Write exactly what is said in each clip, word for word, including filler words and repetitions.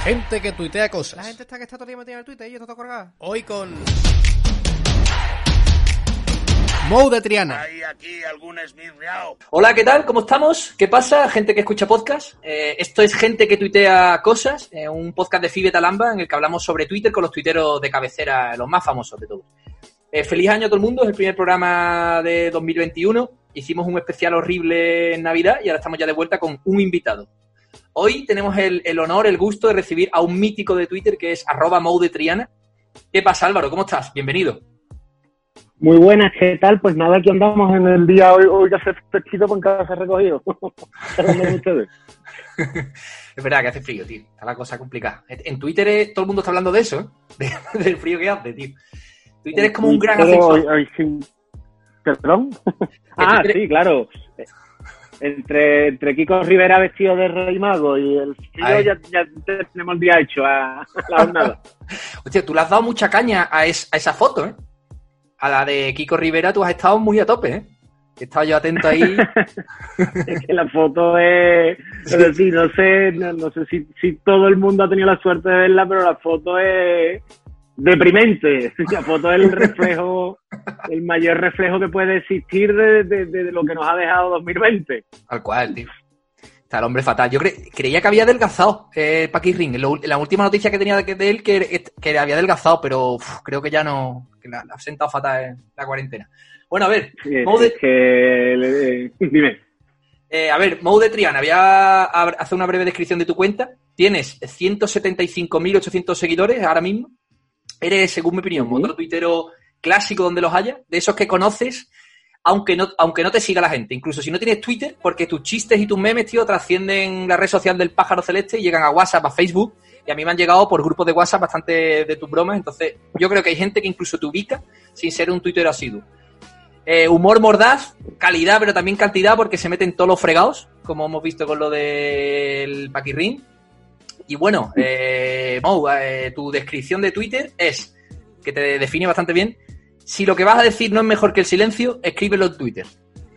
Gente que tuitea cosas. La gente está que está todo el día metida en el Twitter y yo está todo colgado. Hoy con Mou de Triana. Hay aquí algún esmirriao. Hola, ¿qué tal? ¿Cómo estamos? ¿Qué pasa, gente que escucha podcast? Eh, esto es Gente que tuitea cosas, eh, un podcast de Fibe Talamba en el que hablamos sobre Twitter con los tuiteros de cabecera, los más famosos de todos. Eh, feliz año a todo el mundo, es el primer programa de dos mil veintiuno. Hicimos un especial horrible en Navidad y ahora estamos ya de vuelta con un invitado. Hoy tenemos el, el honor, el gusto de recibir a un mítico de Twitter que es arroba Mou de Triana. ¿Qué pasa, Álvaro? ¿Cómo estás? Bienvenido. Muy buenas, ¿qué tal? Pues nada, aquí andamos en el día hoy, hoy que hace fresquito con casa recogido. ustedes? Es verdad que hace frío, tío. Está la cosa complicada. En Twitter es, todo el mundo está hablando de eso, ¿eh? De, del frío que hace, tío. Twitter es como un gran ascensor. Hoy, hoy, ¿Perdón? Ah, Twitter... sí, claro. Entre, entre Kiko Rivera vestido de Rey Mago y el frío ya, ya tenemos el día hecho a, a la jornada. Hostia, tú le has dado mucha caña a, es, a esa foto, ¿eh? A la de Kiko Rivera tú has estado muy a tope, ¿eh? He estado yo atento ahí. Es que la foto es... Es decir, no sé, no, no sé si, si todo el mundo ha tenido la suerte de verla, pero la foto es deprimente. La foto es el reflejo, el mayor reflejo que puede existir de, de, de lo que nos ha dejado dos mil veinte. Al cual, tío. Está el hombre fatal. Yo cre- creía que había adelgazado eh, Paquirrín. Lo, la última noticia que tenía de, de él que, que había adelgazado, pero uf, creo que ya no... que la, la ha sentado fatal en la cuarentena. Bueno, a ver... Sí, Mou de... es que... Eh, dime. Eh, a ver, Mou de Triana, voy a hacer una breve descripción de tu cuenta. Tienes ciento setenta y cinco mil ochocientos seguidores ahora mismo. Eres, según mi opinión, uh-huh. otro tuitero clásico donde los haya, de esos que conoces... Aunque no, aunque no te siga la gente, incluso si no tienes Twitter, porque tus chistes y tus memes, tío, trascienden la red social del pájaro celeste y llegan a WhatsApp, a Facebook, y a mí me han llegado por grupos de WhatsApp bastante de tus bromas, entonces yo creo que hay gente que incluso te ubica sin ser un tuitero asiduo. Eh, humor mordaz, calidad, pero también cantidad, porque se meten todos los fregados, como hemos visto con lo del Paquirrín. Y bueno, eh, Mou, eh, tu descripción de Twitter es, que te define bastante bien: si lo que vas a decir no es mejor que el silencio, escríbelo en Twitter.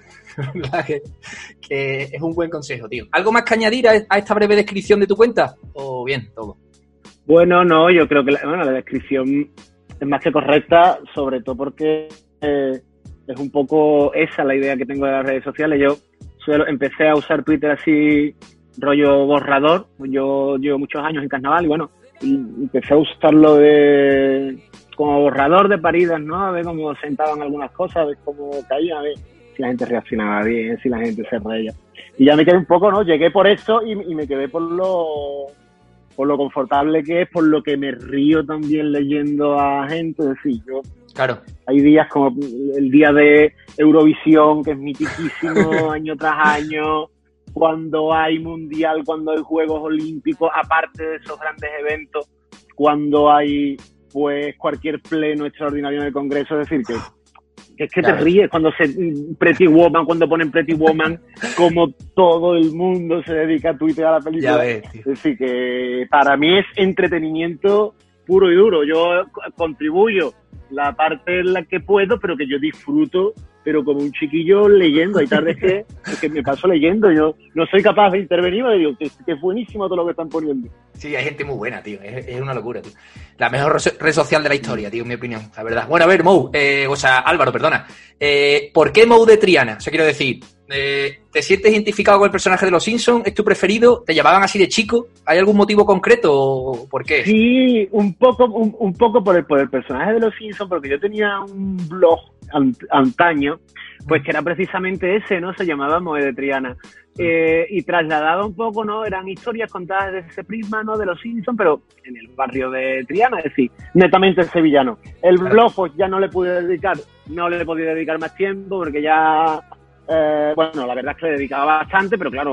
que, que es un buen consejo, tío. ¿Algo más que añadir a, a esta breve descripción de tu cuenta? ¿O bien, todo? Bueno, no, yo creo que la, bueno, la descripción es más que correcta, sobre todo porque eh, es un poco esa la idea que tengo de las redes sociales. Yo suelo, empecé a usar Twitter así, rollo borrador. Yo llevo muchos años en carnaval y bueno, y empecé a usarlo de... como borrador de paridas, ¿no? A ver cómo sentaban algunas cosas, a ver cómo caían, a ver si la gente reaccionaba bien, si la gente se reía. Y ya me quedé un poco, ¿no? Llegué por eso y, y me quedé por lo por lo confortable que es, por lo que me río también leyendo a gente. Es decir, yo... Claro. Hay días como el día de Eurovisión, que es mitiquísimo año tras año, cuando hay mundial, cuando hay Juegos Olímpicos, aparte de esos grandes eventos, cuando hay... pues cualquier pleno extraordinario en el Congreso, es decir, que, que es que claro. Te ríes cuando se Pretty Woman, cuando ponen Pretty Woman, como todo el mundo se dedica a tuitear a la película. Ya ves, tío. Es decir, que para mí es entretenimiento puro y duro. Yo contribuyo la parte en la que puedo, pero que yo disfruto, pero como un chiquillo leyendo. Hay tardes que, que me paso leyendo, yo no soy capaz de intervenir, pero digo, que, que es buenísimo todo lo que están poniendo. Sí, hay gente muy buena, tío, es, es una locura, tío. La mejor red social de la historia, tío, en mi opinión, la verdad. Bueno, a ver, Mou, eh, o sea, Álvaro, perdona, eh, ¿por qué Mou de Triana? O sea, quiero decir, eh, ¿te sientes identificado con el personaje de Los Simpsons? ¿Es tu preferido? ¿Te llamaban así de chico? ¿Hay algún motivo concreto o por qué? Sí, un poco, un, un poco por el, por el personaje de Los Simpsons, porque yo tenía un blog ant, antaño, pues que era precisamente ese, ¿no? Se llamaba Mou de Triana. Eh, y trasladaba un poco, ¿no? Eran historias contadas desde ese prisma, ¿no? De Los Simpsons, pero en el barrio de Triana, es decir, netamente sevillano. El blog, pues ya no le pude dedicar, no le he podido dedicar más tiempo, porque ya, eh, bueno, la verdad es que le dedicaba bastante, pero claro,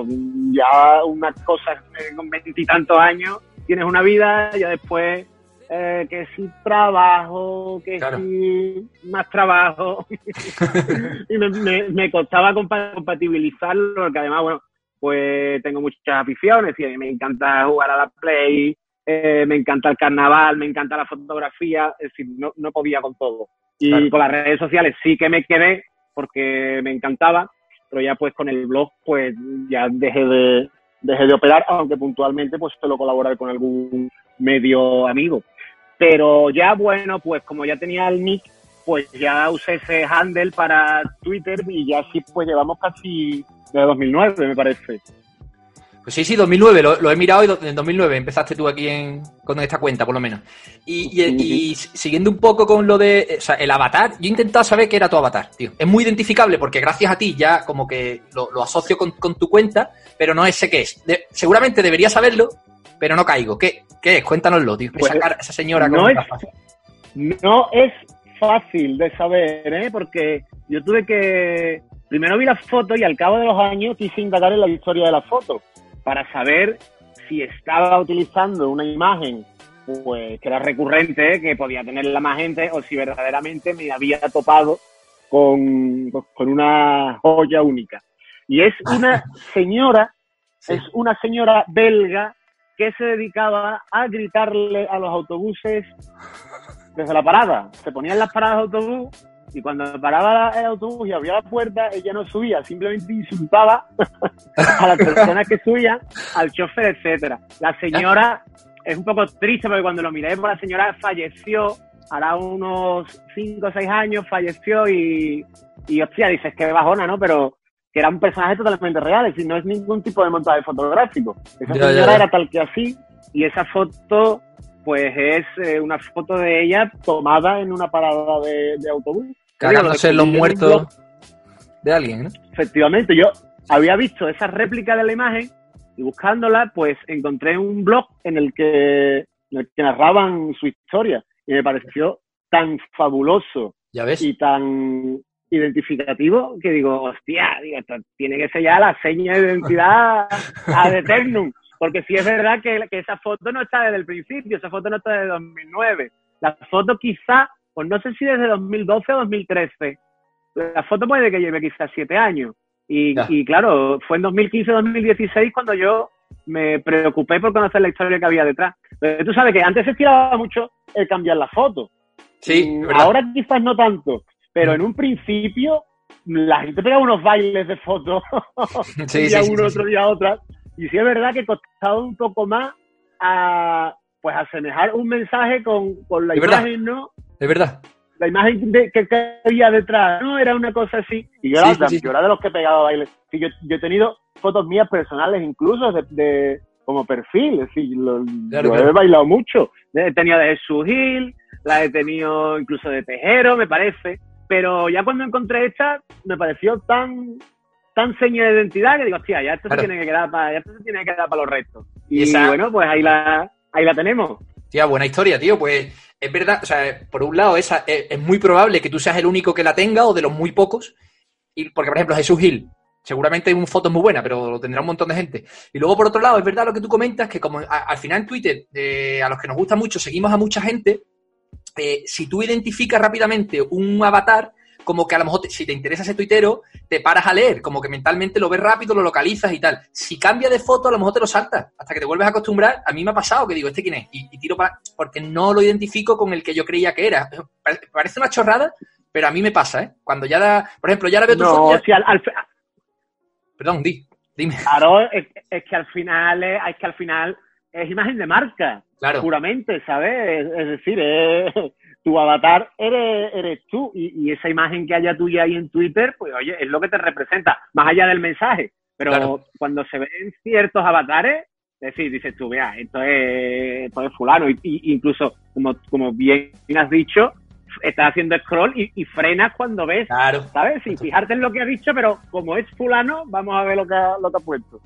ya unas cosas eh, con veintitantos años, tienes una vida, ya después... Eh, que si trabajo, que claro. si más trabajo y me, me, me costaba compatibilizarlo, porque además, bueno, pues tengo muchas aficiones y a mí me encanta jugar a la Play, eh, me encanta el carnaval, me encanta la fotografía, es decir, no, no podía con todo. Y claro. Con las redes sociales sí que me quedé porque me encantaba, pero ya pues con el blog pues ya dejé de, dejé de operar, aunque puntualmente pues suelo colaborar con algún medio amigo. Pero ya, bueno, pues como ya tenía el nick, pues ya usé ese handle para Twitter y ya sí, pues llevamos casi desde dos mil nueve, me parece. Pues sí, sí, dos mil nueve, lo, lo he mirado y do, en dos mil nueve empezaste tú aquí en, con esta cuenta, por lo menos. Y, y, y, y siguiendo un poco con lo de, o sea, el avatar, yo he intentado saber qué era tu avatar, tío. Es muy identificable porque gracias a ti ya como que lo, lo asocio con, con tu cuenta, pero no sé qué es. De, seguramente debería saberlo, pero no caigo. ¿Qué, qué es? Cuéntanoslo, tío. Pues esa, cara, esa señora no con es, no es fácil de saber, ¿eh? Porque yo tuve que... Primero vi las fotos y al cabo de los años quise indagar en la historia de las fotos para saber si estaba utilizando una imagen pues que era recurrente, que podía tenerla más gente, o si verdaderamente me había topado con, con una joya única. Y es una señora, sí. es una señora belga que se dedicaba a gritarle a los autobuses desde la parada. Se ponía en las paradas de autobús y cuando paraba el autobús y abría la puerta, ella no subía, simplemente insultaba a las personas que subían, al chofer, etcétera. La señora es un poco triste porque cuando lo miré, pues la señora falleció, hará unos cinco o seis años, falleció y, y hostia, dices que bajona, ¿no? Pero que era un personaje totalmente real, es decir, no es ningún tipo de montaje fotográfico. Esa ya, señora ya, ya. era tal que así, y esa foto, pues es eh, una foto de ella tomada en una parada de, de autobús. Cagándose en los muertos de alguien, ¿no? Efectivamente, yo había visto esa réplica de la imagen y buscándola, pues encontré un blog en el que, en el que narraban su historia y me pareció tan fabuloso ¿Ya ves? y tan identificativo que digo, hostia, digo, esto tiene que ser ya la seña de identidad ad eternum, porque sí es verdad que, que esa foto no está desde el principio, esa foto no está desde dos mil nueve, la foto quizá, pues no sé si desde dos mil doce o dos mil trece, la foto puede que lleve quizás siete años, y, y claro, fue en dos mil quince dos mil dieciséis cuando yo me preocupé por conocer la historia que había detrás. Pero tú sabes que antes se estiraba mucho el cambiar la foto, sí, ahora quizás no tanto, pero en un principio la gente pegaba unos bailes de fotos, sí, un día sí, uno, sí, otro sí. día otra, y sí es verdad que costaba un poco más a, pues, asemejar un mensaje con, con la es imagen, verdad. ¿no? Es verdad. La imagen de, que, que había detrás, ¿no? Era una cosa así, y yo, Sí, era, sí, sí. yo era de los que pegaba bailes. Sí, yo, yo he tenido fotos mías personales incluso de, de como perfil, es decir, lo, Claro, yo claro. he bailado mucho. He tenido de Jesús Gil, la he tenido incluso de Tejero, me parece. Pero ya cuando encontré esta, me pareció tan tan seña de identidad que digo, hostia, ya esto Claro. se tiene que quedar para, ya esto se tiene que quedar para los restos. Y Y, esa- bueno, pues ahí la, ahí la tenemos. Tía, buena historia, tío. Pues es verdad, o sea, por un lado, esa, es, es muy probable que tú seas el único que la tenga o de los muy pocos. Y porque, por ejemplo, Jesús Gil, seguramente una foto muy buena, pero lo tendrá un montón de gente. Y luego, por otro lado, es verdad lo que tú comentas, que como a- al final en Twitter, eh, a los que nos gusta mucho, seguimos a mucha gente, eh, si tú identificas rápidamente un avatar, como que a lo mejor, te- si te interesa ese tuitero, te paras a leer, como que mentalmente lo ves rápido, lo localizas y tal. Si cambia de foto, a lo mejor te lo saltas, hasta que te vuelves a acostumbrar. A mí me ha pasado que digo, ¿este quién es? Y, y tiro para... porque no lo identifico con el que yo creía que era. Pare- Parece una chorrada, pero a mí me pasa, ¿eh? Cuando ya da... Por ejemplo, ya la veo tu foto... No, ya- si al, al, Perdón, di, dime. Claro, es, es que al final es, es que al final es imagen de marca, Claro. puramente, ¿sabes? Es, es decir, es, tu avatar eres, eres tú y, y esa imagen que haya tuya ahí en Twitter, pues oye, es lo que te representa, más allá del mensaje. Pero Claro. cuando se ven ciertos avatares, es decir, dices tú, vea, esto es, esto es fulano, y, y incluso, como, como bien has dicho, estás haciendo scroll y, y frenas cuando ves, Claro. ¿sabes? Sin fijarte en lo que ha dicho, pero como es fulano, vamos a ver lo que ha, lo que ha puesto.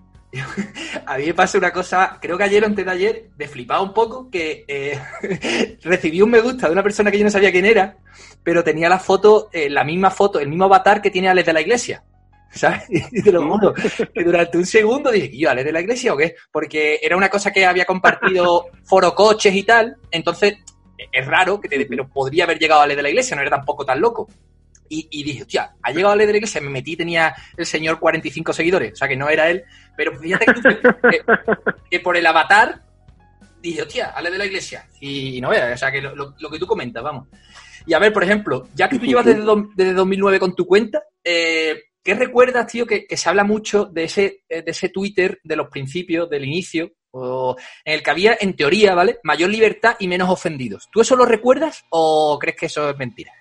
A mí me pasa una cosa, creo que ayer o antes de ayer, me flipaba un poco, que eh, recibí un me gusta de una persona que yo no sabía quién era, pero tenía la foto, eh, la misma foto, el mismo avatar que tiene Alex de la Iglesia, ¿sabes? Y te lo juro, que durante un segundo dije, ¿y yo, Alex de la Iglesia o qué? Porque era una cosa que había compartido Foro Coches y tal, entonces es raro, que te, pero podría haber llegado Alex de la Iglesia, no era tampoco tan loco. Y, y dije, hostia, ha llegado Alex de la Iglesia, me metí, tenía el señor cuarenta y cinco seguidores, o sea que no era él, pero fíjate que, que, que por el avatar dije, hostia, Alex de la Iglesia, y no veas, o sea que lo, lo, lo que tú comentas, vamos. Y a ver, por ejemplo, ya que tú llevas desde, do, desde dos mil nueve con tu cuenta, eh, ¿qué ¿qué recuerdas, tío, que, que se habla mucho de ese, de ese Twitter de los principios, del inicio, o en el que había, en teoría, ¿vale?, mayor libertad y menos ofendidos? ¿Tú eso lo recuerdas o crees que eso es mentira?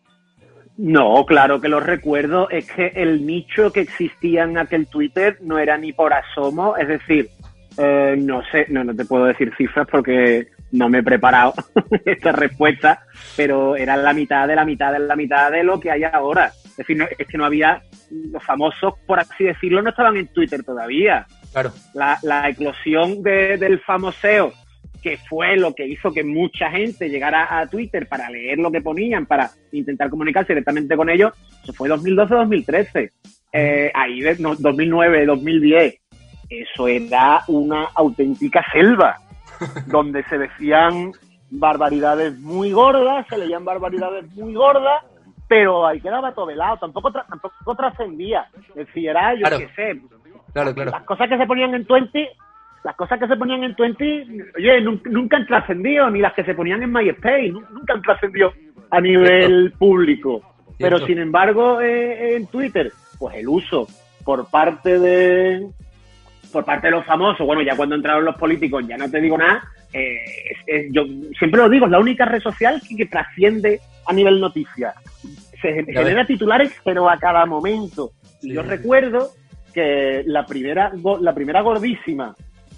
No, claro que lo recuerdo. Es que el nicho que existía en aquel Twitter no era ni por asomo. Es decir, eh, no sé, no, no te puedo decir cifras porque no me he preparado esta respuesta, pero era la mitad de la mitad de la mitad de lo que hay ahora. Es decir, no, es que no había, los famosos, por así decirlo, no estaban en Twitter todavía. Claro. La, la eclosión de, del famoseo, que fue lo que hizo que mucha gente llegara a Twitter para leer lo que ponían, para intentar comunicarse directamente con ellos, eso fue dos mil doce dos mil trece. Eh, ahí, de, no, dos mil nueve dos mil diez, eso era una auténtica selva, donde se decían barbaridades muy gordas, se leían barbaridades muy gordas, pero ahí quedaba todo velado, tampoco, tra- tampoco trascendía. Es decir, era, yo Claro. qué sé, Claro, claro. las cosas que se ponían en Twenty, las cosas que se ponían en Twenty, oye, nunca, nunca han trascendido, ni las que se ponían en MySpace, nu- nunca han trascendido a nivel público. Pero sin embargo, eh, en Twitter, pues el uso por parte de por parte de los famosos, bueno, ya cuando entraron los políticos, ya no te digo nada, eh, es- es- yo siempre lo digo, es la única red social que, que trasciende a nivel noticias. Se gen- Ya genera ves. titulares, pero a cada momento. Y Sí, yo sí. recuerdo que la primera go- la primera gordísima,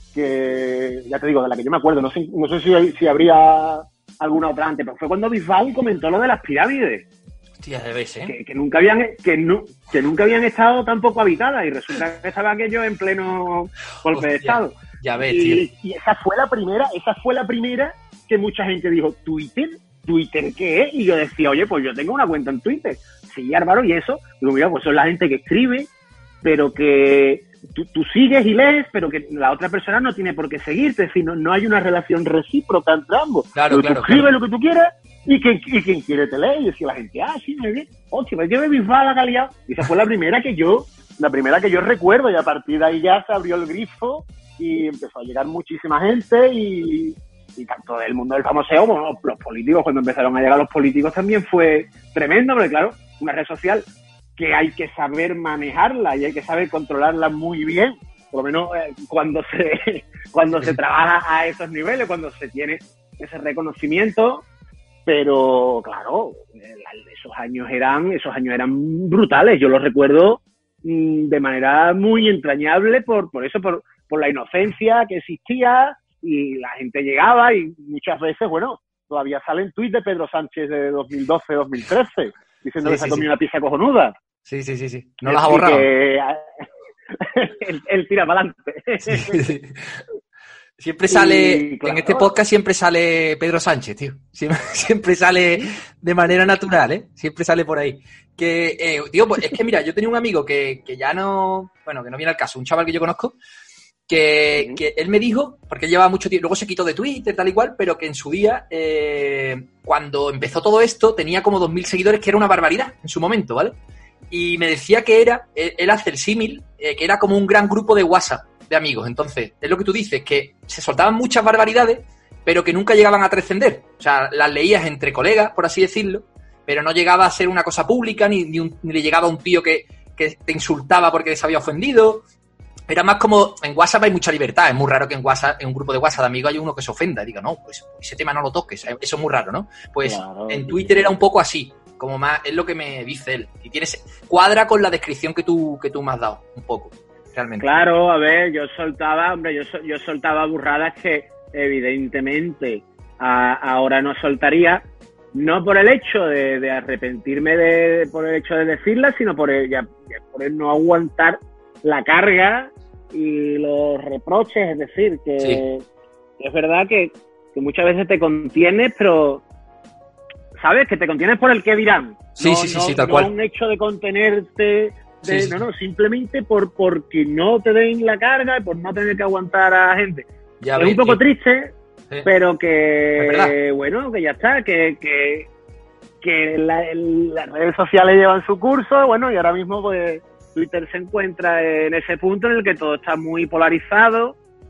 que ya te digo, de la que yo me acuerdo, no sé, no sé si, si habría alguna otra antes, pero fue cuando Bisbal comentó lo de las pirámides, Hostia, debes, ¿eh? que, que nunca habían que, nu- que nunca habían estado tampoco habitadas, y resulta que estaba aquello en pleno golpe de Hostia, estado. Ya ves, tío. Y, y esa fue la primera, esa fue la primera que mucha gente dijo, ¿Twitter? ¿Twitter qué es? Y yo decía, oye, pues yo tengo una cuenta en Twitter. Sí, Álvaro, y eso, digo, mira, pues son la gente que escribe, pero que tú, tú sigues y lees, pero que la otra persona no tiene por qué seguirte, es decir, no, no hay una relación recíproca entre ambos. Claro, Pero claro, tú escribes claro. lo que tú quieras y quien, y quien quiere te lee. Y decía la gente, ah, sí, muy bien. Hostia, pues yo me Bisbal la calidad. Y esa fue la primera que yo, la primera que yo recuerdo, y a partir de ahí ya se abrió el grifo y empezó a llegar muchísima gente y, y tanto del mundo del famoseo como los políticos. Cuando empezaron a llegar los políticos también fue tremendo, porque claro, una red social que hay que saber manejarla y hay que saber controlarla muy bien, por lo menos eh, cuando se cuando se trabaja a esos niveles, cuando se tiene ese reconocimiento. Pero claro, eh, esos años eran esos años eran brutales. Yo los recuerdo mm, de manera muy entrañable por por eso, por por la inocencia que existía, y la gente llegaba y muchas veces, bueno, todavía salen tuits de Pedro Sánchez de dos mil doce dos mil trece diciendo Sí, que se ha sí, comido sí. una pizza cojonuda. Sí, sí, sí, sí. No Es las ha decir, borrado. que, él, él tira para adelante. Sí, sí. Siempre sale, Y, claro. en este podcast siempre sale Pedro Sánchez, tío. Siempre, siempre sale de manera natural, ¿eh? Siempre sale por ahí. Que, eh, tío, pues es que mira, yo tenía un amigo que, que ya no, bueno, que no viene al caso, un chaval que yo conozco, que, Ujú. que él me dijo, porque él llevaba mucho tiempo, luego se quitó de Twitter, tal y cual, pero que en su día, eh, cuando empezó todo esto, tenía como dos mil seguidores, que era una barbaridad en su momento, ¿vale? Y me decía que era, él, él hace el símil, eh, que era como un gran grupo de WhatsApp de amigos. Entonces, es lo que tú dices, que se soltaban muchas barbaridades, pero que nunca llegaban a trascender. O sea, las leías entre colegas, por así decirlo, pero no llegaba a ser una cosa pública, ni, ni, un- ni le llegaba a un tío que, que te insultaba porque se había ofendido. Era más como, en WhatsApp hay mucha libertad, es muy raro que en WhatsApp, en un grupo de WhatsApp de amigos haya uno que se ofenda y diga, no, pues ese tema no lo toques, eso es muy raro, ¿no? Pues Claro, en sí, Twitter sí. era un poco así, como más, es lo que me dice él. Y tienes, cuadra con la descripción que tú, que tú me has dado, un poco, realmente. Claro, a ver, yo soltaba, hombre, yo, sol- yo soltaba burradas que evidentemente a- ahora no soltaría, no por el hecho de, de arrepentirme de, por el hecho de decirlas, sino por el, ya- ya por el no aguantar la carga y los reproches. Es decir, que, Sí. que es verdad que, que muchas veces te contienes, pero sabes que te contienes por el que dirán. Sí, No- sí, sí, no- sí, tal no cual. un hecho de contenerte, de, Sí, sí. no, no, simplemente por porque no te den la carga y por no tener que aguantar a la gente. Ya es ves, un poco tío. triste, Sí. pero Es que, verdad. bueno, que ya está, que, que, que la- el- las redes sociales llevan su curso, bueno, y ahora mismo pues Twitter se encuentra en ese punto en el que todo está muy polarizado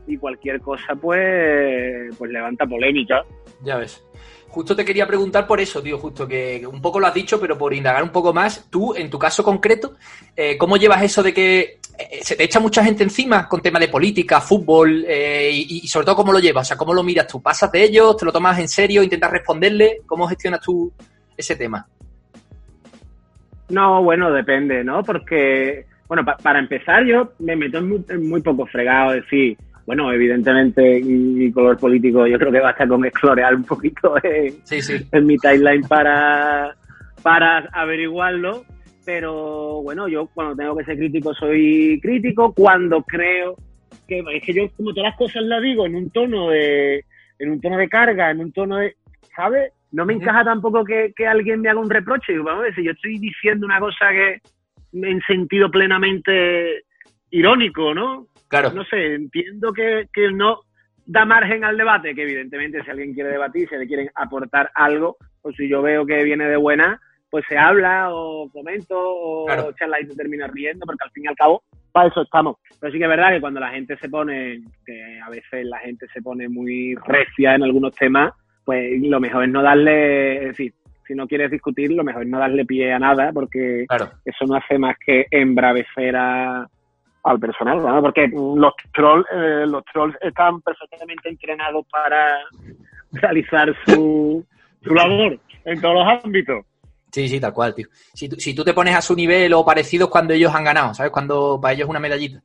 y cualquier cosa pues pues levanta polémica. Ya ves. Justo te quería preguntar por eso, tío, justo que un poco lo has dicho, pero por indagar un poco más, tú, en tu caso concreto, eh, ¿cómo llevas eso de que eh, se te echa mucha gente encima con temas de política, fútbol, eh, y, y sobre todo cómo lo llevas? O sea, ¿cómo lo miras tú? ¿Pasas de ellos? ¿Te lo tomas en serio? ¿Intentas responderle? ¿Cómo gestionas tú ese tema? No, bueno, depende, ¿no? Porque, bueno, pa- para empezar yo me meto en muy, en muy poco fregado, es decir, bueno, evidentemente mi color político yo creo que basta con explorar un poquito en, Sí, sí. en mi timeline para, para averiguarlo, pero bueno, yo cuando tengo que ser crítico soy crítico, cuando creo que, es que yo como todas las cosas las digo en un tono de, en un tono de carga, en un tono de, ¿sabes? No me encaja tampoco que, que alguien me haga un reproche. Digo, vamos a ver, si yo estoy diciendo una cosa que en sentido plenamente irónico, ¿no? Claro. No sé, entiendo que, que no da margen al debate, que evidentemente si alguien quiere debatir, si le quieren aportar algo, o si yo veo que viene de buena, pues se habla o comento o Claro. charla y se termina riendo, porque al fin y al cabo para eso estamos. Pero sí que es verdad que cuando la gente se pone, que a veces la gente se pone muy recia en algunos temas, pues lo mejor es no darle, es decir, si no quieres discutir, lo mejor es no darle pie a nada, porque Claro. eso no hace más que embravecer a, al personal, ¿no? Porque los trolls, eh, los trolls están perfectamente entrenados para realizar su, su labor en todos los ámbitos. Sí, sí, tal cual, tío. Si tú, si tú te pones a su nivel o parecidos cuando ellos han ganado, ¿sabes? Cuando para ellos es una medallita.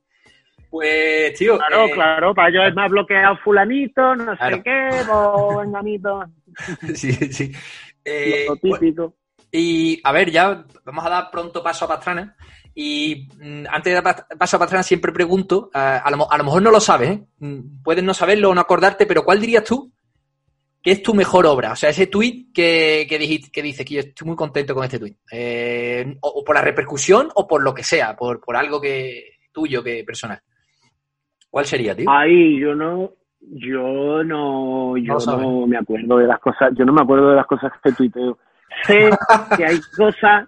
Pues, tío... Claro, eh, claro, para ellos es más bloqueado fulanito, no Claro. sé qué, o venganito, Sí, sí. Eh, lo típico. Y, a ver, ya vamos a dar pronto paso a Pastrana. Y mm, antes de dar pa- paso a Pastrana siempre pregunto, a, a, lo, mo- a lo mejor no lo sabes, ¿eh? Mm, Puedes no saberlo o no acordarte, pero ¿cuál dirías tú que es tu mejor obra? O sea, ese tuit que, que, dijiste, que dices que yo estoy muy contento con este tuit. Eh, o, o por la repercusión o por lo que sea, por, por algo que tuyo, que personal. ¿Cuál sería, tío? Ahí yo no, yo no, yo lo sabes. no me acuerdo de las cosas, yo no me acuerdo de las cosas que tuiteo. Sé que hay cosas,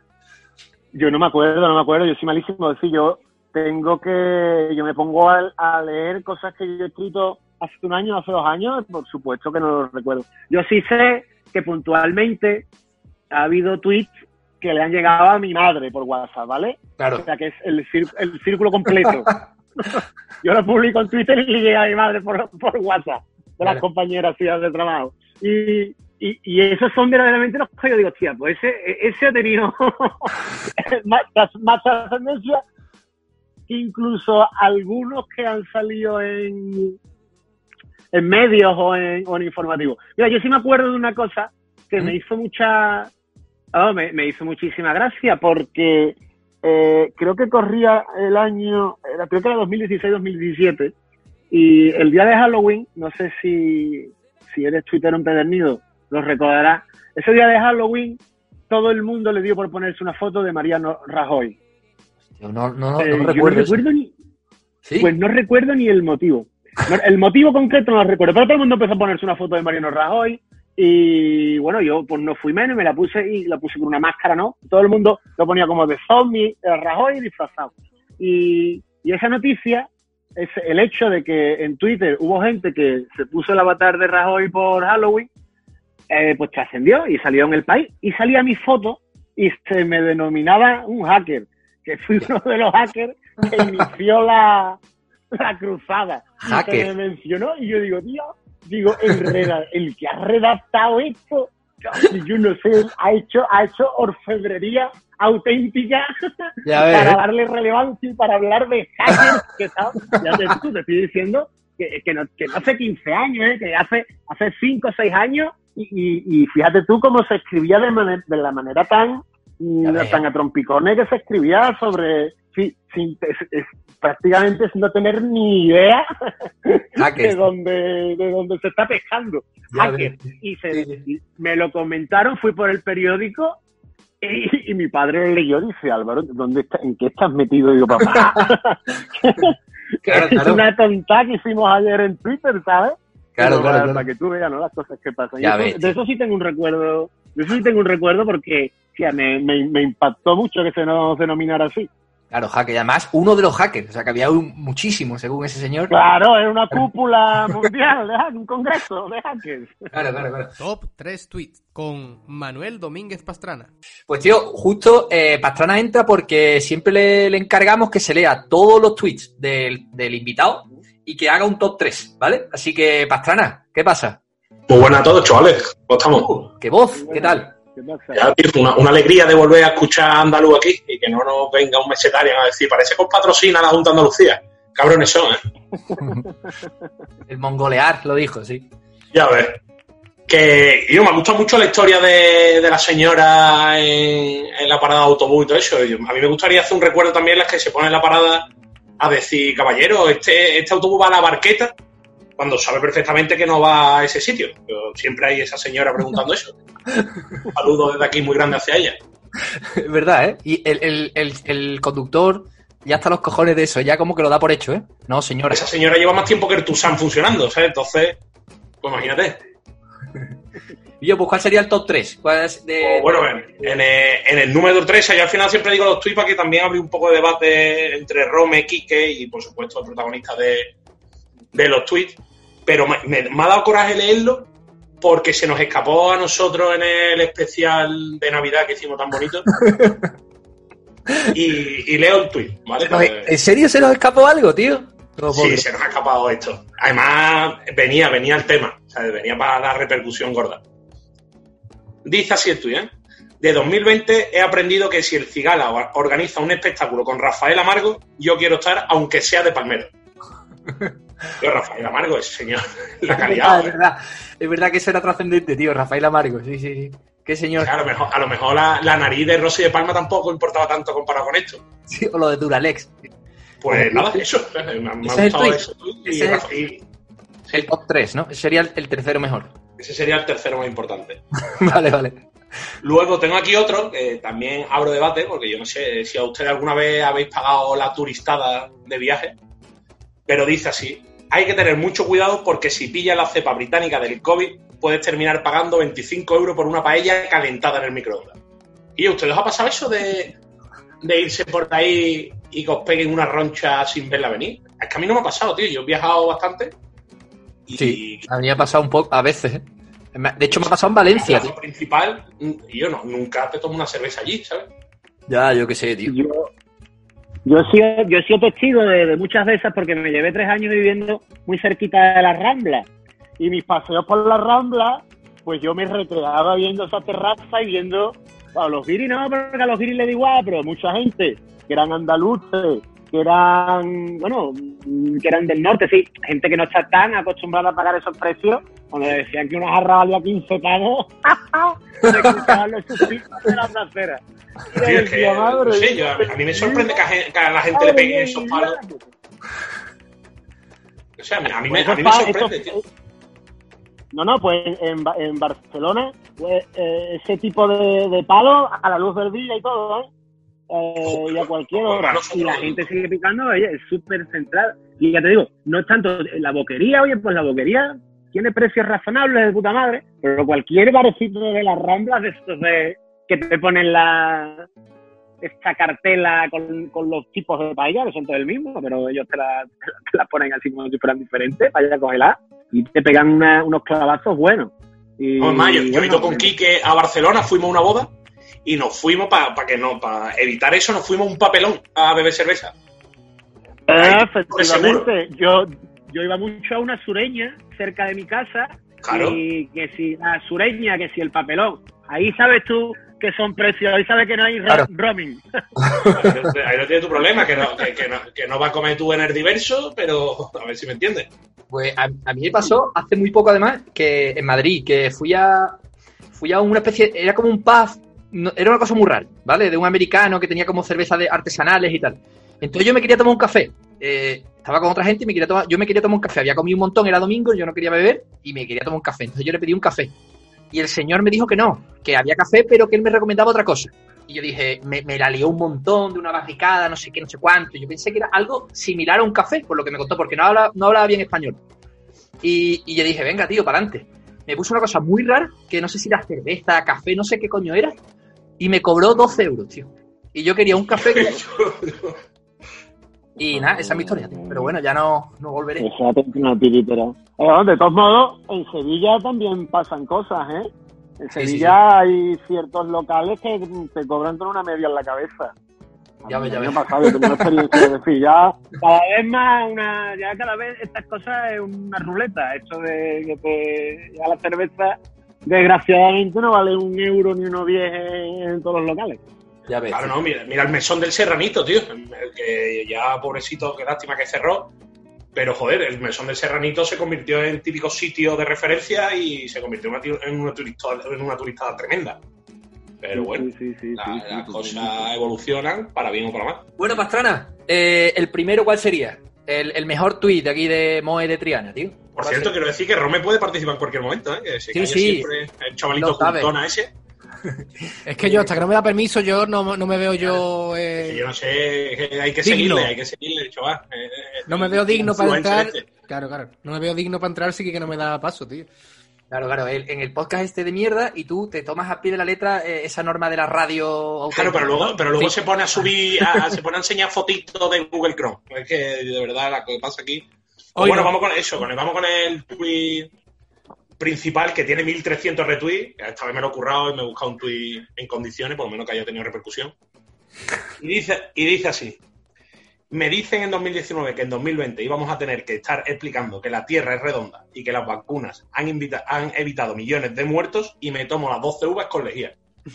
yo no me acuerdo, no me acuerdo, yo soy malísimo, es decir, yo tengo que, yo me pongo a, a leer cosas que yo he escrito hace un año, hace dos años, por supuesto que no lo recuerdo. Yo sí sé que puntualmente ha habido tweets que le han llegado a mi madre por WhatsApp, ¿vale? Claro. O sea, que es el, cir- el círculo completo. Yo lo publico en Twitter y le llega a mi madre por, por WhatsApp, de las Vale. compañeras tías de trabajo. Y, y, y esos son verdaderamente los que yo digo, tía, pues ese, ese ha tenido más, más trascendencia que incluso algunos que han salido en, en medios o en, o en informativos. Mira, yo sí me acuerdo de una cosa que ¿Mm? me hizo mucha... Oh, me, me hizo muchísima gracia porque eh, creo que corría el año, era, creo que era dos mil dieciséis dos mil diecisiete, y el día de Halloween, no sé si, si eres tuitero empedernido, lo recordarás, ese día de Halloween todo el mundo le dio por ponerse una foto de Mariano Rajoy. No, no, no, Eh, no yo recuerdo no eso. recuerdo ni, ¿Sí? pues no recuerdo ni el motivo. No, el motivo concreto no lo recuerdo, pero todo el mundo empezó a ponerse una foto de Mariano Rajoy. Y bueno, yo pues no fui menos, me la puse y la puse con una máscara, ¿no? Todo el mundo lo ponía como de zombie, de Rajoy disfrazado. Y, y esa noticia, es el hecho de que en Twitter hubo gente que se puso el avatar de Rajoy por Halloween, eh, pues trascendió y salió en El País. Y salía mi foto y se me denominaba un hacker, que fui uno de los hackers que inició la, la cruzada. Y Hacker. se me mencionó y yo digo, tío, digo, el, reda- el que ha redactado esto, yo no sé, ha hecho, ha hecho orfebrería auténtica Ya ves, para ¿eh? darle relevancia y para hablar de hackers, que ¿sabes? Ya te, tú, te estoy diciendo que, que, no, que no hace quince años, ¿eh? Que hace hace cinco o seis años, y, y, y fíjate tú cómo se escribía de, maner, de la manera tan, ves. tan a trompicones que se escribía sobre, sí, sin, es, es, prácticamente sin no tener ni idea Hackers. de dónde, de dónde se está pescando. Ya Hacker. ves. Y, se, Sí, sí. y me lo comentaron, fui por el periódico y, y mi padre lo leyó y dice, Álvaro, ¿dónde está, ¿en qué estás metido? Y digo, papá, que Claro, es claro. una tonta que hicimos ayer en Twitter, ¿sabes? Claro, Pero claro, para, claro. para que tú veas, ¿no?, las cosas que pasan. Y Ya eso- ves, de tío. eso sí tengo un recuerdo, de eso sí tengo un recuerdo porque tía, me, me, me impactó mucho que se nos denominara así. Claro, hacker. Y además, uno de los hackers. O sea, que había un, muchísimos, según ese señor. Claro, era una cúpula mundial, de hack- un congreso de hackers. Claro, claro, claro. Top tres tweets con Manuel Domínguez Pastrana. Pues tío, justo eh, Pastrana entra porque siempre le, le encargamos que se lea todos los tweets del, del invitado y que haga un top tres, ¿vale? Así que, Pastrana, ¿qué pasa? Muy buenas a todos, chavales. ¿Cómo estamos? Uh, ¿Qué voz? ¿Qué tal? ¿Qué pasa? Ya, tío, una, una alegría de volver a escuchar a Andaluz aquí y que no nos venga un mesetario a decir, parece que os patrocina la Junta de Andalucía. Cabrones son, ¿eh? El mongolear lo dijo, sí. Ya ves. Que, yo, me gusta mucho la historia de, de la señora en, en la parada de autobús y todo eso. Yo, a mí me gustaría hacer un recuerdo también las que se ponen en la parada a decir, caballero, este, este autobús va a la Barqueta, cuando sabe perfectamente que no va a ese sitio. Pero siempre hay esa señora preguntando eso. Un saludo desde aquí muy grande hacia ella. Es verdad, ¿eh? Y el, el, el, el conductor ya está a los cojones de eso, ya como que lo da por hecho, ¿eh? No, señora. Esa señora lleva más tiempo que el Tucson funcionando, ¿sabes? Entonces, pues imagínate. Y yo, pues, ¿cuál sería el top tres? ¿Cuál es de... O, bueno, en, en, el, en el número tres, yo al final siempre digo los tweets para que también abre un poco de debate entre Rome, Quique y, por supuesto, el protagonista de, de los tweets. Pero me, me, me ha dado coraje leerlo porque se nos escapó a nosotros en el especial de Navidad que hicimos tan bonito. y, y leo el tweet, ¿vale? Pues, ¿en serio se nos escapó algo, tío? No, sí, se nos ha escapado esto. Además, venía, venía el tema. O sea, venía para la repercusión gorda. Dice así el tuit, ¿eh? De dos mil veinte he aprendido que si el Cigala organiza un espectáculo con Rafael Amargo, yo quiero estar, aunque sea de palmero. Yo, Rafael Amargo, ese señor, la calidad. Es verdad, es verdad que eso era trascendente, tío. Rafael Amargo, sí, sí, sí. Qué señor. O sea, a lo mejor, a lo mejor la, la nariz de Rosy de Palma tampoco importaba tanto comparado con esto. Sí, o lo de Duralex. Pues nada, eso. Me, me ha gustado eso. Y, Ese es Rafa- y el top tres, ¿no? Ese sería el, el tercero mejor. ese sería el tercero más importante. Vale, vale. Luego tengo aquí otro, que también abro debate, porque yo no sé si a ustedes alguna vez habéis pagado la turistada de viaje, pero dice así: hay que tener mucho cuidado porque si pillas la cepa británica del COVID, puedes terminar pagando veinticinco euros por una paella calentada en el microondas. ¿Y a ustedes os ha pasado eso de, de irse por ahí y que os peguen una roncha sin verla venir? Es que a mí no me ha pasado, tío. Yo he viajado bastante y... Sí, a mí me ha pasado un poco, a veces, ¿eh? De hecho, me ha pasado en Valencia, el tío. plato principal, y yo no, nunca te tomo una cerveza allí, ¿sabes? Ya, yo qué sé, tío. Yo, yo, he sido, yo he sido testigo de, de muchas de esas porque me llevé tres años viviendo muy cerquita de las Ramblas. Y mis paseos por las Ramblas, pues yo me recreaba viendo esa terraza y viendo a los guiris, no, porque a los guiris les da igual, pero mucha gente que eran andaluces, que eran, bueno, que eran del norte, sí, gente que no está tan acostumbrada a pagar esos precios, cuando le decían que una jarra valía quince pavos, se cruzaban los suspiros de la trasera. Tío, es que, no sé, yo, a mí me sorprende que a, gen- que a la gente le peguen esos palos. O sea, a mí me, a mí me sorprende, tío. No, no, pues en, en Barcelona, pues, eh, ese tipo de, de palos a la luz del día y todo, ¿eh? Eh, y a cualquier hora. Y la gente sigue picando, oye, es súper central. Y ya te digo, no es tanto la boquería, oye, pues la boquería tiene precios razonables de puta madre, pero cualquier barecito de las Ramblas, de estos de que te ponen la esta cartela con, con los tipos de paella, que son todos el mismo, pero ellos te la, te la ponen así como si fueran diferentes, paella congelada, y te pegan una, unos clavazos buenos. Y, No, más, yo, yo he bueno, ido con Quique a Barcelona, fuimos a una boda y nos fuimos para pa que no, para evitar eso, nos fuimos a un papelón a beber cerveza. Ah, Ahí, efectivamente. Yo, yo iba mucho a una sureña cerca de mi casa. Claro. Y que si la sureña, que si el papelón. Ahí sabes tú que son precios, ahí sabes que no hay ro- Claro. roaming. Ahí no tiene tu problema, que no, que, que no, que no va a comer tú en el diverso, pero a ver si me entiendes. Pues a, a mí me pasó hace muy poco, además, que en Madrid, que fui a fui a una especie, era como un pub, no, era una cosa muy rara, ¿vale? De un americano que tenía como cervezas de artesanales y tal. Entonces yo me quería tomar un café. Eh, estaba con otra gente y me quería tomar, yo me quería tomar un café. Había comido un montón, era domingo, yo no quería beber y me quería tomar un café. Entonces yo le pedí un café. Y el señor me dijo que no, que había café, pero que él me recomendaba otra cosa. Y yo dije, me, me la lió un montón de una barricada, no sé qué, no sé cuánto. Yo pensé que era algo similar a un café, por lo que me contó, porque no hablaba, no hablaba bien español. Y, y yo dije, venga, tío, para adelante. Me puso una cosa muy rara, que no sé si era cerveza, café, no sé qué coño era, y me cobró doce euros, tío. y yo quería un café. Y nada, esa es mi historia, tío. Pero bueno, ya no, no volveré. Fíjate, una tiritera. Eh, de todos modos, en Sevilla también pasan cosas, ¿eh? En Sí, Sevilla hay ciertos locales que te cobran con una media en la cabeza. Ya ves, ya El ves. año pasado yo tengo una experiencia de decir, ya cada vez más, una, ya cada vez estas cosas es una ruleta. Esto de que te, ya la cerveza, desgraciadamente, no vale un euro ni uno diez en, en todos los locales. Ya ves. Claro, no, mira, mira el mesón del Serranito, tío. El que ya, pobrecito, qué lástima que cerró. Pero, joder, el mesón del Serranito se convirtió en típico sitio de referencia y se convirtió en una, en una, turista, en una turistada tremenda. Pero bueno, Sí, sí, sí, la- sí, sí, las sí, cosas sí. evolucionan para bien o para mal. Bueno, Pastrana, eh, el primero, ¿cuál sería? El, el mejor tuit de aquí de Moe de Triana, tío. Por ¿Cuál cierto, sería? quiero decir que Rome puede participar en cualquier momento, ¿eh? Que se Sí, calla sí. siempre el chavalito Lo sabe. juntona ese. Es que yo, hasta que no me da permiso, yo no, no me veo yo... Que eh, yo no sé, que hay que Digno. seguirle, hay que seguirle, chaval. Eh, eh, no me veo digno para influencer entrar... este. Claro, claro. No me veo digno para entrar, sí que no me da paso, tío. Claro, claro, el- en el podcast este de mierda y tú te tomas a pie de la letra eh, esa norma de la radio auténtica. Claro, pero luego, pero luego Sí. se pone a subir, a- se pone a enseñar fotitos de Google Chrome. Es que, de verdad, lo que pasa aquí... Pues Hoy bueno, no. vamos con eso, con el- vamos con el tweet principal que tiene mil trescientos retweets. Esta vez me lo he currado y me he buscado un tweet en condiciones, por lo menos que haya tenido repercusión. Y dice, y dice así: me dicen en dos mil diecinueve que en dos mil veinte íbamos a tener que estar explicando que la Tierra es redonda y que las vacunas han, invita- han evitado millones de muertos y me tomo las doce uvas con lejía.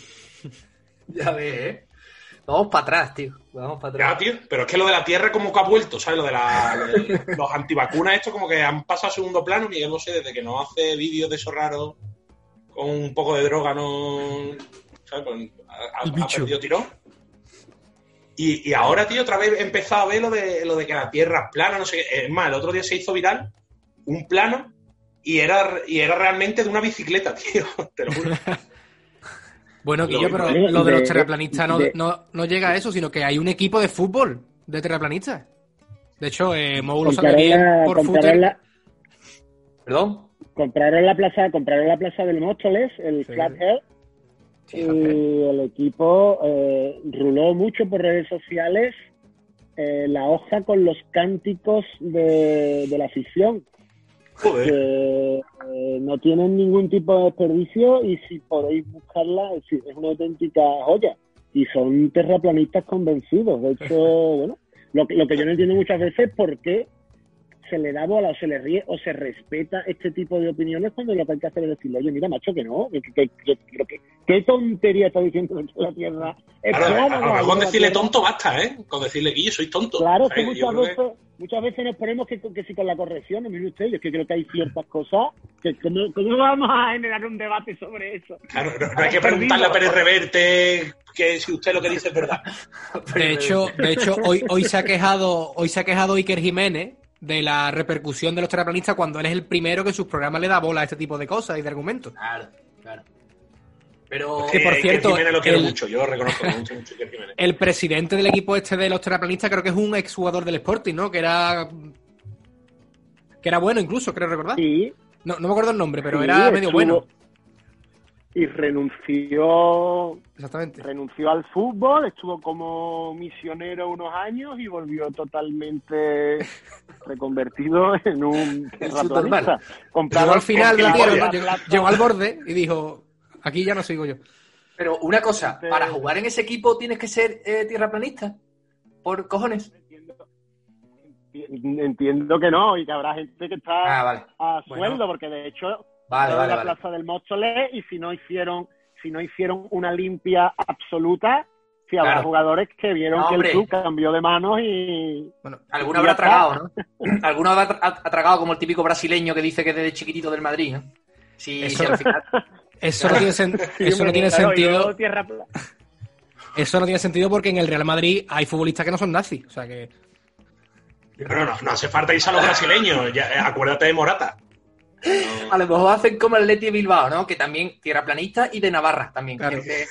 Ya ves, ¿eh? Vamos para atrás, tío. Vamos para Ya, atrás. tío, pero es que lo de la Tierra como que ha vuelto, ¿sabes? Lo de, la, lo de los antivacunas, esto como que han pasado a segundo plano. Miguel Bosé, desde que nos hace vídeos de esos raros con un poco de droga, no... ¿sabes? Pues, ha, ha- El ha bicho. perdido tirón. Y, y ahora, tío, otra vez he empezado a ver lo de, lo de que la Tierra es plana, no sé qué. Es más, el otro día se hizo viral un plano y era, y era realmente de una bicicleta, tío. Te lo juro. Bueno, Guillo, pero de- lo de los de- terraplanistas no, de- no, no llega a eso, sino que hay un equipo de fútbol de terraplanistas. De hecho, eh, Mou lo sabe Compraron bien la, por compraron footer. la, ¿Perdón? compraron la plaza, compraron la plaza del Móstoles, el Sí. Flathead, y el equipo eh, ruló mucho por redes sociales eh, la hoja con los cánticos de, de la afición, Joder. que eh, no tienen ningún tipo de desperdicio y si podéis buscarla, es, decir, es una auténtica joya. Y son terraplanistas convencidos. De hecho, bueno, lo, que- lo que yo no entiendo muchas veces es por qué se le da bola o se le ríe o se respeta este tipo de opiniones cuando lo que hay que hacer es decirle, oye, mira, macho, que no, que, que, que- que- que- ¿qué tontería está diciendo que la Tierra es Claro, plana, a no? lo mejor La con decirle Tierra- tonto basta, ¿eh? Con decirle, Guille, soy tonto. Claro, que ¿sabes? Yo muchas creo que- veces, muchas veces nos ponemos que, que si con la corrección, mire usted, yo es que creo que hay ciertas cosas que ¿cómo, cómo vamos a generar un debate sobre eso? Claro, no, no hay que preguntarle a Pérez Reverte que si usted lo que dice es verdad. De hecho, de hecho hoy, hoy se ha quejado, hoy se ha quejado Iker Jiménez de la repercusión de los terraplanistas cuando él es el primero que en sus programas le da bola a este tipo de cosas y de argumentos. Claro, claro. Pero... Que, por Eh, cierto, Iker Jiménez lo quiero el- mucho, yo lo reconozco, me gusta mucho Iker Jiménez. El presidente del equipo este de los terraplanistas creo que es un exjugador del Sporting, ¿no? Que era que era bueno incluso, creo recordar. Sí, No, no me acuerdo el nombre, pero sí, era medio estuvo- bueno. Y renunció Exactamente. renunció al fútbol, estuvo como misionero unos años y volvió totalmente reconvertido en un terraplanista. Compraron- Llegó al final de la gilipollas. tierra, ¿no? llegó, llegó al borde y dijo, aquí ya no sigo yo. Pero una cosa, para jugar en ese equipo tienes que ser eh, tierraplanista. Por cojones. Entiendo que no, y que habrá gente que está Ah, vale. a Bueno. sueldo, porque de hecho Vale, en vale, la vale. plaza del Móstoles, y si no hicieron si no hicieron una limpia absoluta, si habrá Claro. jugadores que vieron No, que hombre. el club cambió de manos y Bueno, Alguno Y habrá ya está. tragado, ¿no? Alguno habrá tra- ha, ha tragado como el típico brasileño que dice que es desde chiquitito del Madrid, ¿no? Si, Eso- si al final... eso no tiene, sen- Sí, eso no hombre, tiene claro, sentido. yo tierra pla- Eso no tiene sentido porque en el Real Madrid hay futbolistas que no son nazis. O sea que. Pero no, no hace falta irse a los brasileños, ya, eh, acuérdate de Morata. A lo mejor hacen como el Atleti de Bilbao, ¿no? Que también tierraplanista y de Navarra también. Claro. Que-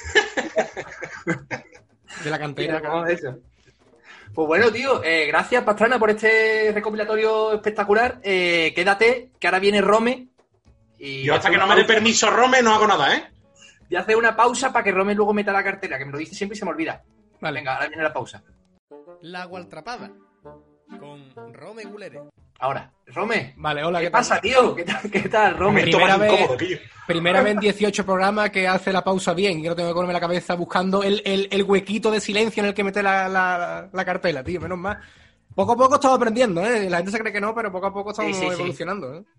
De la cantera. ¿Cómo es eso? Pues bueno, tío, eh, gracias Pastrana por este recopilatorio espectacular. Eh, quédate, que ahora viene Rome. Y Yo hasta hace que no una me dé pausa- permiso Rome no hago nada, ¿eh? Y hace una pausa para que Rome luego meta la cartera, que me lo dice siempre y se me olvida. Vale. Venga, ahora viene la pausa. La Gualtrapada con Rome Gulere. Ahora, Rome. Vale, hola, ¿Qué, ¿qué pasa, tal? tío? ¿Qué tal, qué tal Rome? Momento Primera más vez- incómodo, tío. Primera vez en dieciocho programas que hace la pausa bien. Y no tengo que ponerme la cabeza buscando el, el, el huequito de silencio en el que mete la, la, la cartela, tío. Menos mal. Poco a poco estamos aprendiendo, ¿eh? La gente se cree que no, pero poco a poco estamos Sí, sí, sí. evolucionando, ¿eh?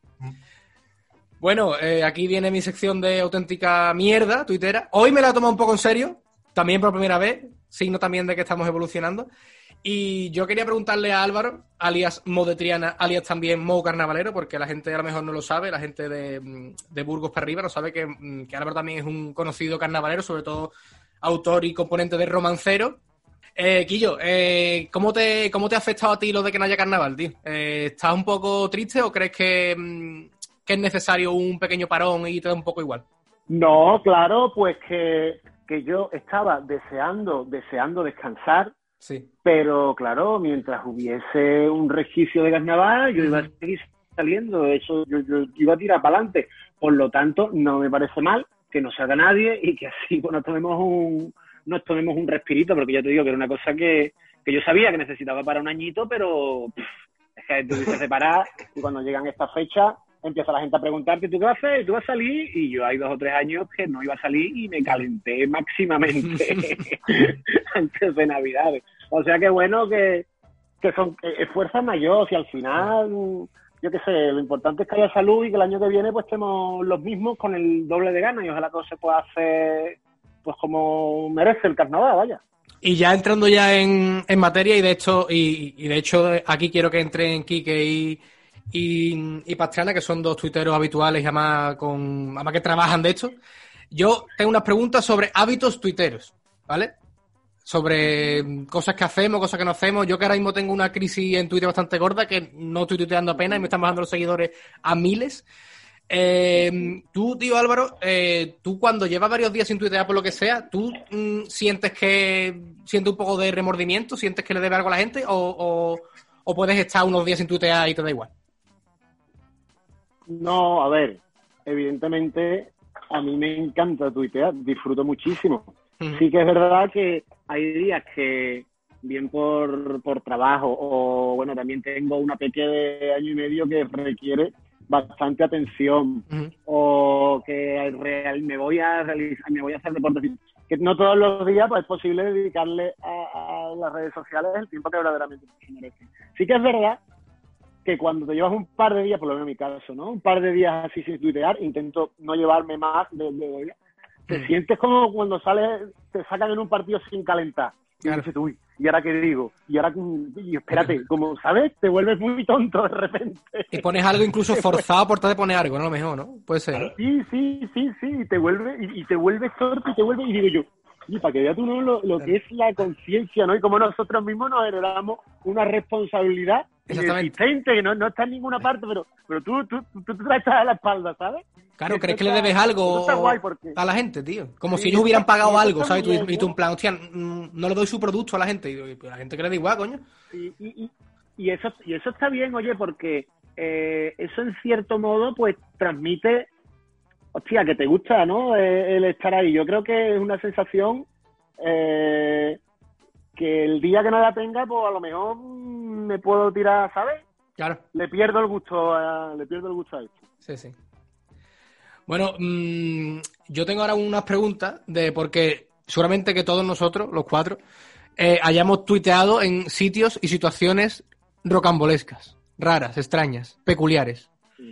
Bueno, eh, aquí viene mi sección de auténtica mierda tuitera. Hoy me la he tomado un poco en serio, también por primera vez, signo también de que estamos evolucionando. Y yo quería preguntarle a Álvaro, alias Mo de Triana, alias también Mo Carnavalero, porque la gente a lo mejor no lo sabe, la gente de, de Burgos para arriba no sabe que, que Álvaro también es un conocido carnavalero, sobre todo autor y componente de romancero. Eh, Quillo, eh, ¿cómo te, ¿cómo te ha afectado a ti lo de que no haya carnaval, tío? Eh, ¿Estás un poco triste o crees que, mm, que es necesario un pequeño parón y te da un poco igual? No, claro, pues que, que yo estaba deseando, deseando descansar, Sí. pero claro, mientras hubiese un resquicio de carnaval, yo iba a seguir saliendo, eso yo, yo iba a tirar para adelante. Por lo tanto, no me parece mal que no salga nadie y que así pues, nos tomemos un nos tomemos un respirito, porque ya te digo que era una cosa que, que yo sabía que necesitaba para un añito, pero pff, es que tú dices de parar y cuando llegan estas fechas empieza la gente a preguntarte, ¿tú qué vas a hacer? ¿Tú vas a salir? Y yo hay dos o tres años que no iba a salir y me calenté máximamente antes de Navidades. O sea que bueno, que, que son que es fuerza mayor, si al final, yo qué sé, lo importante es que haya salud y que el año que viene pues estemos los mismos con el doble de ganas y ojalá todo se pueda hacer pues como merece el carnaval, vaya. Y ya entrando ya en, en materia, y de hecho, y, y de hecho aquí quiero que entren Quique y, y, y Pastrana, que son dos tuiteros habituales y además, con, además que trabajan de esto. Yo tengo unas preguntas sobre hábitos tuiteros, ¿vale? Sobre cosas que hacemos, cosas que no hacemos. Yo que ahora mismo tengo una crisis en Twitter bastante gorda, que no estoy tuiteando apenas y me están bajando los seguidores a miles. Eh, tú, tío Álvaro, eh, tú cuando llevas varios días sin tuitear por lo que sea, ¿tú mm, sientes que sientes un poco de remordimiento? ¿Sientes que le debe algo a la gente? ¿O, o, o puedes estar unos días sin tuitear y te da igual? No, a ver, evidentemente a mí me encanta tuitear, disfruto muchísimo. Uh-huh. Sí que es verdad que hay días que, bien por, por trabajo o, bueno, también tengo una pequeña de año y medio que requiere bastante atención, Uh-huh. o que real, me voy a realizar, me voy a hacer deporte, que no todos los días pues es posible dedicarle a, a las redes sociales el tiempo que verdaderamente se merece. Sí que es verdad que cuando te llevas un par de días, por lo menos en mi caso, ¿no? Un par de días así sin tuitear, intento no llevarme más de, de dos días. Te Mm. sientes como cuando sales, te sacan en un partido sin calentar. Y Claro. dices, uy, ¿y ahora qué digo? Y ahora, y espérate, como, ¿sabes? Te vuelves muy tonto de repente. Y pones algo incluso forzado por tratar de poner algo, ¿no? A lo mejor, ¿no? Puede ser. ¿no? Sí, sí, sí, sí, y te vuelve, y, y te vuelves torpe y te vuelve, y digo yo, y para que veas tú, ¿no? lo, lo que es la conciencia, ¿no? Y como nosotros mismos nos generamos una responsabilidad Exactamente. inexistente, que no, no está en ninguna parte, pero, pero tú, tú, tú, tú te la echas a la espalda, ¿sabes? Claro, Y ¿crees esto que le está- debes esto algo está guay porque- a la gente, tío? Como Sí, si ellos hubieran está- pagado sí, algo, está ¿sabes? muy Tú- bien, y tú ¿no? en plan, hostia, mm, no le doy su producto a la gente. Y digo, pero a la gente que le da igual, coño. Y, y, y, y eso y eso está bien, oye, porque eh, eso en cierto modo pues transmite, hostia, que te gusta, ¿no? Eh, el estar ahí. Yo creo que es una sensación eh, que el día que no la tenga, pues a lo mejor mm, me puedo tirar, ¿sabes? Claro. Le pierdo el gusto, a, le pierdo el gusto a esto. Sí, sí. Bueno, mmm, yo tengo ahora unas preguntas de porque seguramente que todos nosotros, los cuatro, eh, hayamos tuiteado en sitios y situaciones rocambolescas, raras, extrañas, peculiares.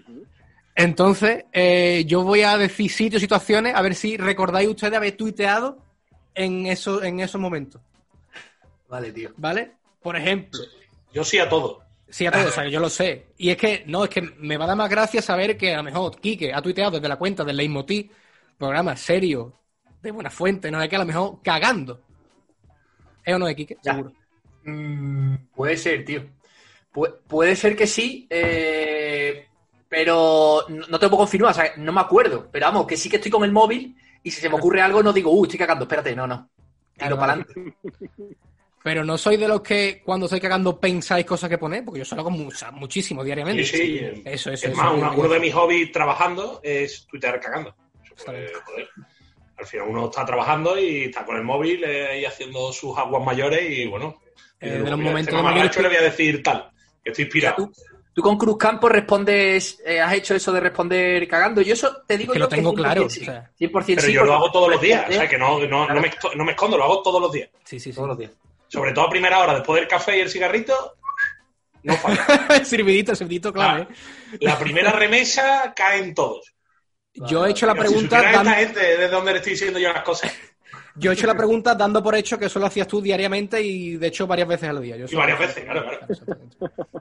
Entonces, eh, yo voy a decir sitios y situaciones a ver si recordáis ustedes haber tuiteado en, eso, en esos momentos, Vale, tío. ¿vale? Por ejemplo, Yo sí a todo. sí, a todos, o sea, yo lo sé. Y es que, no, es que me va a dar más gracia saber que a lo mejor Quique ha tuiteado desde la cuenta del Leitmotiv, programa serio, de buena fuente, no sé qué, a lo mejor cagando. ¿Es o no es, Quique? Ya. Seguro. Mm, puede ser, tío. Pu- puede ser que sí, eh, pero no no te lo puedo confirmar, o sea, no me acuerdo. Pero vamos, que sí que estoy con el móvil y si se me ocurre algo no digo, uh, estoy cagando, espérate, no, no. Claro, Tiro para vale. adelante. Pero no soy de los que cuando estoy cagando pensáis cosas que poner, porque yo se lo hago mucha- muchísimo diariamente. Sí, sí. Eso, eso. Es eso, más, eso, un- eso. uno de mis hobbies trabajando es tuitear cagando. Eso Está puede- bien. joder. Al final uno está trabajando y está con el móvil eh, y haciendo sus aguas mayores y bueno, Eh, y de luego, los mira, momentos este de mayor mamarracho le voy a decir tal, que estoy inspirado. ¿Tú, tú con Cruz Campo respondes, eh, has hecho eso de responder cagando? Yo eso te digo que yo lo tengo que claro, sí, o sea. cien por ciento Pero sí, yo lo porque hago todos los días, o responder- sea que no, no, no, me, esto- no me escondo, lo hago todos los días. Sí, sí, sí. todos los días. Sobre todo a primera hora, después del café y el cigarrito, no falla. el servidito, el servidito clave. Ah, la primera remesa caen todos. Yo he hecho la Si pregunta... supiera esta dan- gente desde dónde le estoy diciendo yo las cosas. Yo he hecho la pregunta dando por hecho que eso lo hacías tú diariamente y de hecho varias veces al día. Yo Y sé- varias veces, claro, claro. Exactamente.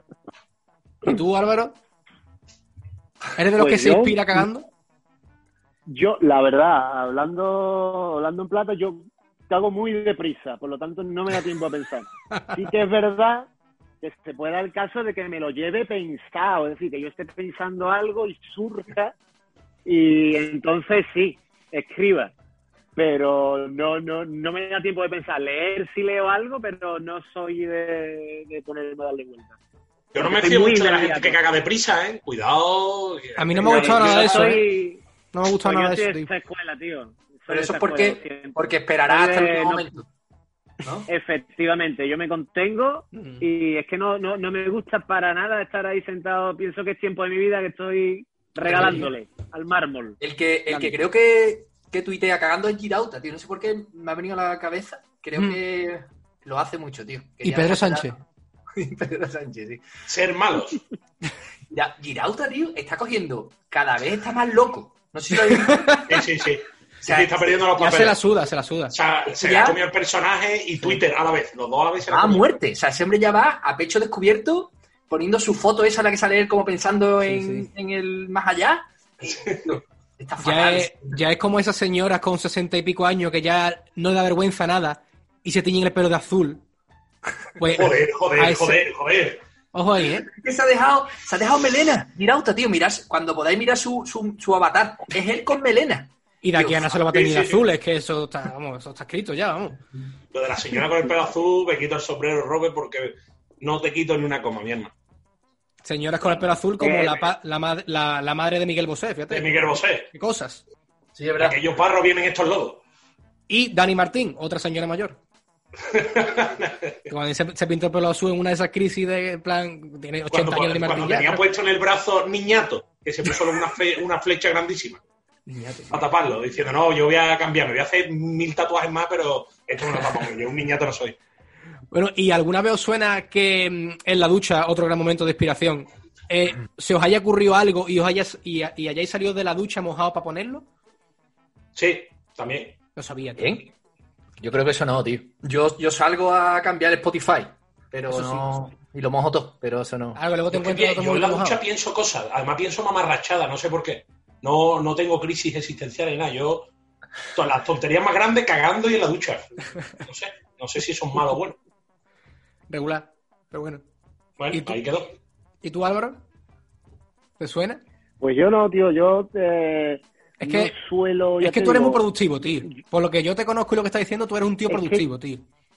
¿Y tú, Álvaro? ¿Eres de los Pues que se yo- inspira cagando? Yo, la verdad, hablando, hablando en plata, yo cago muy deprisa, por lo tanto no me da tiempo a pensar. Sí que es verdad que se puede dar el caso de que me lo lleve pensado, es decir, que yo esté pensando algo y surja y entonces sí, escriba. Pero no, no, no me da tiempo de pensar. Leer sí leo algo, pero no soy de, de ponerme a darle vuelta. Yo no me Soy fío muy mucho de la inmediato. gente que caga deprisa, ¿eh? Cuidado. que- A mí no me ha que- gustado yo- nada de Yo eso, ¿eh? soy- No me ha gustado pues yo nada de soy eso, de tío. esta escuela, tío. Soy Pero de eso esta es porque, escuela, siempre. porque esperarás hasta el Eh, último no- momento. ¿No? Efectivamente, yo me contengo Mm. y es que no, no, no me gusta para nada estar ahí sentado. Pienso que es tiempo de mi vida que estoy regalándole al mármol. El que, el que creo que, que tuitea cagando es Girauta, tío. No sé por qué me ha venido a la cabeza. Creo Mm. que lo hace mucho, tío. Y Quería Pedro dejar Sánchez. claro- Y Pedro Sánchez, sí. Ser malos. Ya, Girauta, tío, está cogiendo, cada vez está más loco. No sé si lo habéis visto. Sí, sí, sí. O sea, Sí, está perdiendo los Ya se la papeles. suda, se la suda. O sea, se Ya- ha comido el personaje y Twitter a la vez. Los dos a la vez se la a comen. muerte. O sea, ese hombre ya va a pecho descubierto, poniendo su foto esa, la que sale él como pensando Sí, en, sí. en el más allá. Está Ya fatal. es, ya es como esas señoras con sesenta y pico años que ya no le da vergüenza nada y se tiñen el pelo de azul. Pues, Joder, a joder, ese- joder, joder. Ojo ahí, ¿eh? Que se ha dejado, se ha dejado melena. Girauta, tío, mirad, cuando podáis mirar su, su, su avatar, es él con melena. Y de aquí a no se lo va a Sí, teñir sí, sí. azul, es que eso está, vamos, eso está escrito ya, vamos. Lo de la señora con el pelo azul, me quito el sombrero, Robert, porque no te quito ni una coma, mi hermano. Señoras con el pelo azul como Eh. la, pa- la, mad- la, la madre de Miguel Bosé, De fíjate. Miguel Bosé. Qué cosas. Sí, es De aquellos parros vienen estos lodos. Y Dani Martín, otra señora mayor. Que Cuando se, se pintó el pelo azul en una de esas crisis de en plan, tiene ochenta Cuando, años de cuando Martín ya. tenía puesto en el brazo niñato, que se puso una, fe- una flecha grandísima Niñato. para taparlo, diciendo, no, yo voy a cambiar, me voy a hacer mil tatuajes más, pero esto me lo tapo, yo un niñato no soy. Bueno, ¿y alguna vez os suena que mm, en la ducha, otro gran momento de inspiración, eh, se os haya ocurrido algo y os hayas, y, y hayáis salido de la ducha mojado para ponerlo? Sí, también. No sabía, tío. ¿Bien? Yo creo que eso no, tío. Yo, yo salgo a cambiar Spotify, pero Eso sí, no... Y lo mojo todo, pero eso no. Algo, luego te Yo, es que encuentras otro yo en la móvil ducha mojado. pienso cosas, además pienso mamarrachada, no sé por qué. No, no tengo crisis existenciales, nada. Yo, todas las tonterías más grandes cagando y en la ducha. No sé, no sé si son malos o buenos. Regular, pero bueno. Bueno, ¿Y tú? ahí quedó. ¿Y tú, Álvaro? ¿Te suena? Pues yo no, tío, yo eh, Es no que- suelo... ya Es que te tú eres digo, muy productivo, tío. Por lo que yo te conozco y lo que estás diciendo, tú eres un tío Es que- productivo, tío.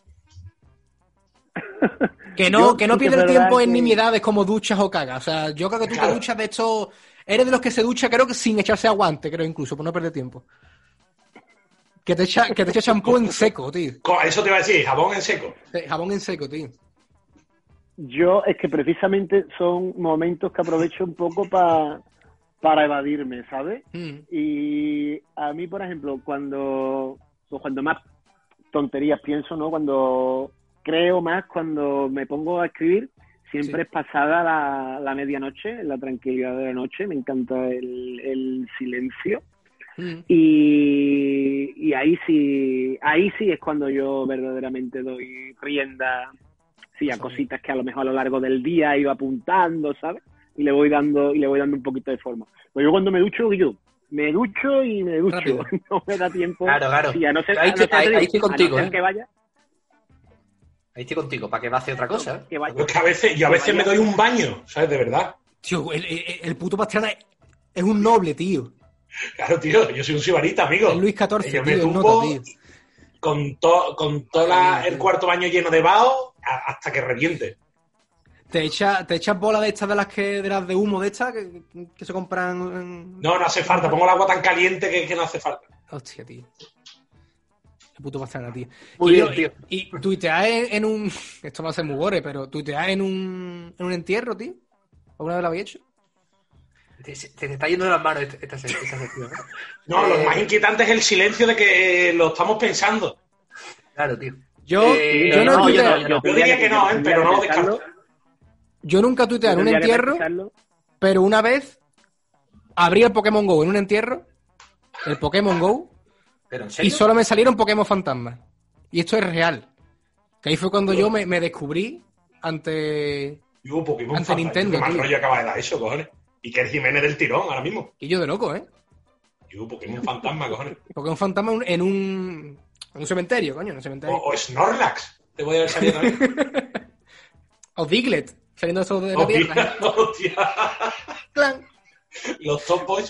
Que no, Yo que no sí que pierdes es el tiempo verdad en que- nimiedades como duchas o cagas. O sea, yo creo que tú Claro. te duchas, de hecho, eres de los que se ducha, creo que sin echarse aguante, creo incluso, por no perder tiempo. Que te echa, que te echa champú en seco, tío. Co- Eso te iba a decir, jabón en seco. Eh, Jabón en seco, tío. Yo es que precisamente son momentos que aprovecho un poco pa- para evadirme, ¿sabes? Mm. Y a mí, por ejemplo, cuando, pues cuando más tonterías pienso, ¿no? Cuando creo más, cuando me pongo a escribir, siempre Sí. es pasada la, la medianoche, la tranquilidad de la noche, me encanta el, el silencio. Mm. Y, y ahí sí, ahí sí es cuando yo verdaderamente doy rienda, sí, a Sí. cositas que a lo mejor a lo largo del día iba apuntando, ¿sabes? Y le voy dando, y le voy dando un poquito de forma. Pues yo cuando me ducho, yo me ducho y me ducho. Rápido. No me da tiempo. Claro, claro. Sí, a no ser, Ahí a no te- ser- ahí- ahí estoy a no contigo, ser ¿eh? que vaya, Ahí estoy contigo, para que va a hacer otra cosa. ¿eh? que vaya. Es que a veces, yo a veces me doy un baño, ¿sabes? De verdad. Tío, el, el, el puto Pastrana es un noble, tío. Claro, tío, yo soy un sibarita, amigo. El Luis catorce, Yo tío, me el tumbo nota, tío. con, to- con todo la- el cuarto baño lleno de vaho a- hasta que reviente. ¿Te echas te echas bolas de estas de las que de las de humo de estas que, que se compran en... No, no hace falta. Pongo el agua tan caliente que, que no hace falta. Hostia, tío. Qué puto Pastrana, tío. Muy y, bien, yo- tío. Y, y tuitear en, en un... Esto va a ser muy gore, pero tuitear en un, en un entierro, tío. ¿Alguna vez lo habéis hecho? Te, te, te está yendo de las manos esta, esta, esta sección. ¿eh? No, lo Eh, más inquietante es el silencio de que lo estamos pensando. Claro, tío. Yo, Eh, yo, no no, yo tuiteo- no, yo no. Yo diría que no, ¿eh? Pero no lo descarto. yo nunca tuiteo en un Tendría que entierro, pensarlo. pero una vez abrí el Pokémon GO en un entierro, el Pokémon GO, Pero en y serio. solo me salieron Pokémon fantasmas. Y esto es real. Que ahí fue cuando yo me, me descubrí ante... Y hubo Pokémon Ante Fantasma. Nintendo, ¿Qué mal tío. rollo acaba de dar eso, cojones? Y que el Jiménez del tirón ahora mismo. Y yo de loco, ¿eh? Y hubo Pokémon Fantasma, cojones. Pokémon fantasma en un, en un cementerio, coño, en un cementerio. O, o Snorlax. Te voy a haber salido también. O Diglett, saliendo eso de la tierra. Hostia, hostia. Clan. Los top boys.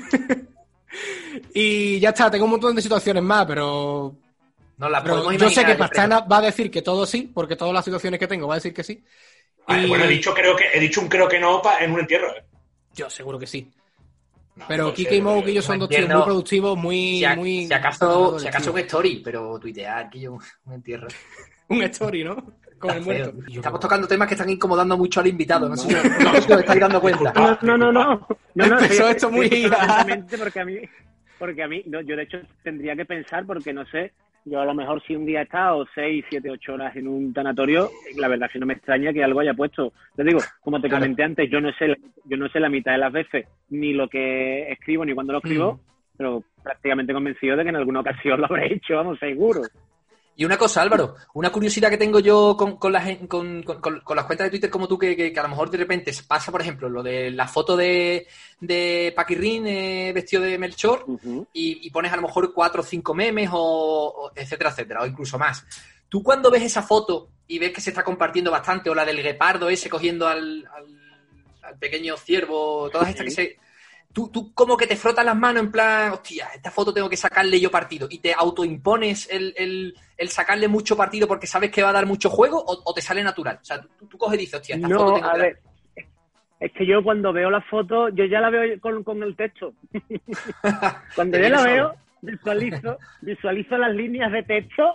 Y ya está, tengo un montón de situaciones más, pero, Nos la pero podemos yo sé imaginar, que creo. Pastrana va a decir que todo sí, porque todas las situaciones que tengo va a decir que sí. Ah, Y- Bueno, he dicho, creo que, he dicho un creo que no pa- en un entierro. ¿eh? Yo seguro que sí. No, Pero no sé, Kike y Mouk porque- y yo son no dos tíos entiendo. muy productivos, muy... Si, a- muy si acaso, trabajadores, si acaso tío. un story, pero tuitear, que yo un entierro. Un story, ¿no? Con el Está feo. muerto. Estamos tocando temas que están incomodando mucho al invitado. No, sé si, no sé si os estáis dando cuenta. No, no, no, no. no, no Empezó sí, esto sí, muy- sí, perfectamente, porque a mí, porque a mí, no, yo de hecho tendría que pensar, porque no sé, yo a lo mejor si un día he estado seis, siete, ocho horas en un tanatorio, la verdad que no me extraña que algo haya puesto. Te digo, como te Claro. comenté antes, yo no sé, la- yo no sé la mitad de las veces ni lo que escribo ni cuándo lo escribo, Mm. pero prácticamente convencido de que en alguna ocasión lo habré hecho, vamos, seguro. Y una cosa, Álvaro, una curiosidad que tengo yo con, con, las, con, con, con- con las cuentas de Twitter como tú, que, que, que a lo mejor de repente pasa, por ejemplo, lo de la foto de, de Paquirrín eh, vestido de Melchor Ujú. y, y pones a lo mejor cuatro o cinco memes o, o etcétera, etcétera, o incluso más. Tú cuando ves esa foto y ves que se está compartiendo bastante, o la del guepardo ese cogiendo al, al, al pequeño ciervo, todas estas que se... Tú, tú como que te frotas las manos en plan, hostia, esta foto tengo que sacarle yo partido, y te autoimpones el, el, el sacarle mucho partido porque sabes que va a dar mucho juego, o, o te sale natural. O sea, tú, tú coges y dices, hostia, esta foto No, tengo a que ver, es que yo cuando veo la foto, yo ya la veo con, con el texto. Cuando Te yo la vienes veo, solo. visualizo, visualizo las líneas de texto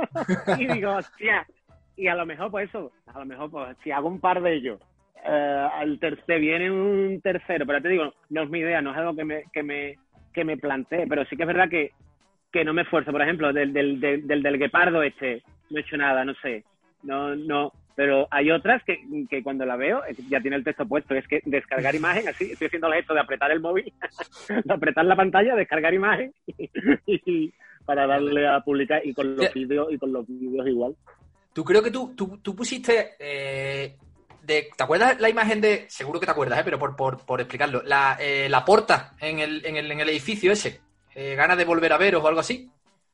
y digo, hostia, y a lo mejor pues eso, a lo mejor pues si hago un par de ellos, eh, al tercer viene un tercero, pero te digo, no es mi idea, no es algo que me, que me, que me plantee, pero sí que es verdad que, que no me esfuerzo, por ejemplo, del, del, del, del, del guepardo este, no he hecho nada, no sé, no, no, pero hay otras que, que cuando la veo eh, ya tiene el texto puesto, es que descargar imagen, así, estoy haciendo esto de apretar el móvil, de apretar la pantalla, descargar imagen y, y para darle a publicar, y con los vídeos y con los vídeos igual. Tú creo que tú, tú, tú pusiste... Eh, de, ¿te acuerdas la imagen de... Seguro que te acuerdas, ¿eh? Pero por, por, por explicarlo. La, eh, la porta en el, en, el, en el edificio ese. Eh, ganas de volver a veros o algo así.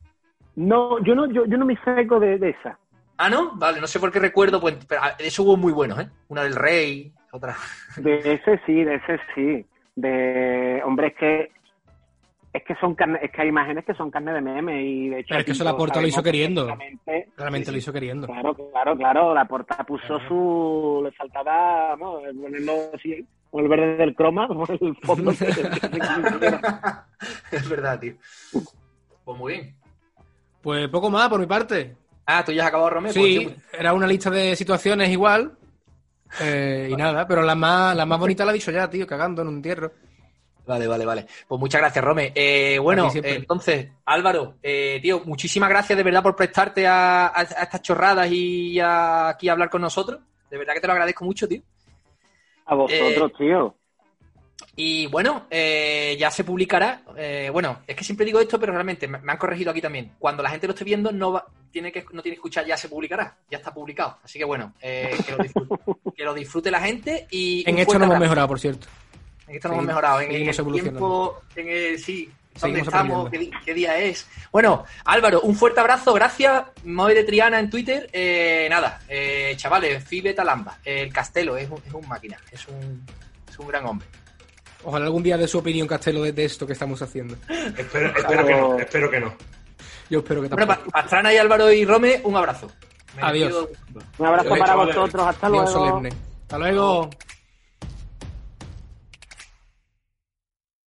No, yo no, yo, yo no me saco de, de esa. Ah, ¿no? Vale, no sé por qué recuerdo. Pues, pero, ah, eso hubo muy buenos, ¿eh? Una del Rey, otra... De ese sí, de ese sí. De, hombre, es que es que son carne, es que hay imágenes que son carne de meme y de hecho Pero es que eso aquí la Porta todos lo hizo sabemos queriendo. perfectamente- Realmente Sí, lo sí. hizo queriendo. Claro, claro, claro. La Porta puso su, le faltaba, ¿no? Ponerlo así, con el verde del croma, con el fondo. que- que se quisiera. Es verdad, tío. Pues muy bien. Pues poco más por mi parte. Ah, tú ya has acabado, Romeo. Sí, Pues, tío, era una lista de situaciones igual. eh, y nada, pero la más, la más bonita la he dicho ya, tío, cagando en un entierro. Vale, vale, vale. Pues muchas gracias, Rome. Eh, bueno, A ti siempre. eh, entonces, Álvaro, eh, tío, muchísimas gracias de verdad por prestarte a, a- a estas chorradas y a, aquí a hablar con nosotros. De verdad que te lo agradezco mucho, tío. A vosotros, tío. Y bueno, eh, ya se publicará. eh, bueno, es que siempre digo esto, pero realmente me, me han corregido aquí también. Cuando la gente lo esté viendo, no va, tiene que no tiene que escuchar, ya se publicará. Ya está publicado. Así que bueno, eh, que, lo disfrute, que lo disfrute la gente. Y En un esto fuerte no hemos abrazo. mejorado, por cierto. En esto no hemos Seguimos- mejorado. En, en seguimos el evolucionando. tiempo, en el, sí, ¿dónde Seguimos estamos? ¿Qué, aprendiendo. di- qué día es? Bueno, Álvaro, un fuerte abrazo. Gracias. Moe de Triana en Twitter. Eh, nada, eh, chavales, Fibe Talamba. El Castelo es un, es un máquina. Es un, es un gran hombre. Ojalá algún día dé su opinión, Castelo, de, de esto que estamos haciendo. Espero, espero que no, espero que no. Yo espero que Bueno, tampoco. Pa- Pastrana y Álvaro y Rome, un abrazo. Me Adiós. despido. Un abrazo Vale, para chavales. vosotros. Hasta Dios luego. solemne. Hasta luego.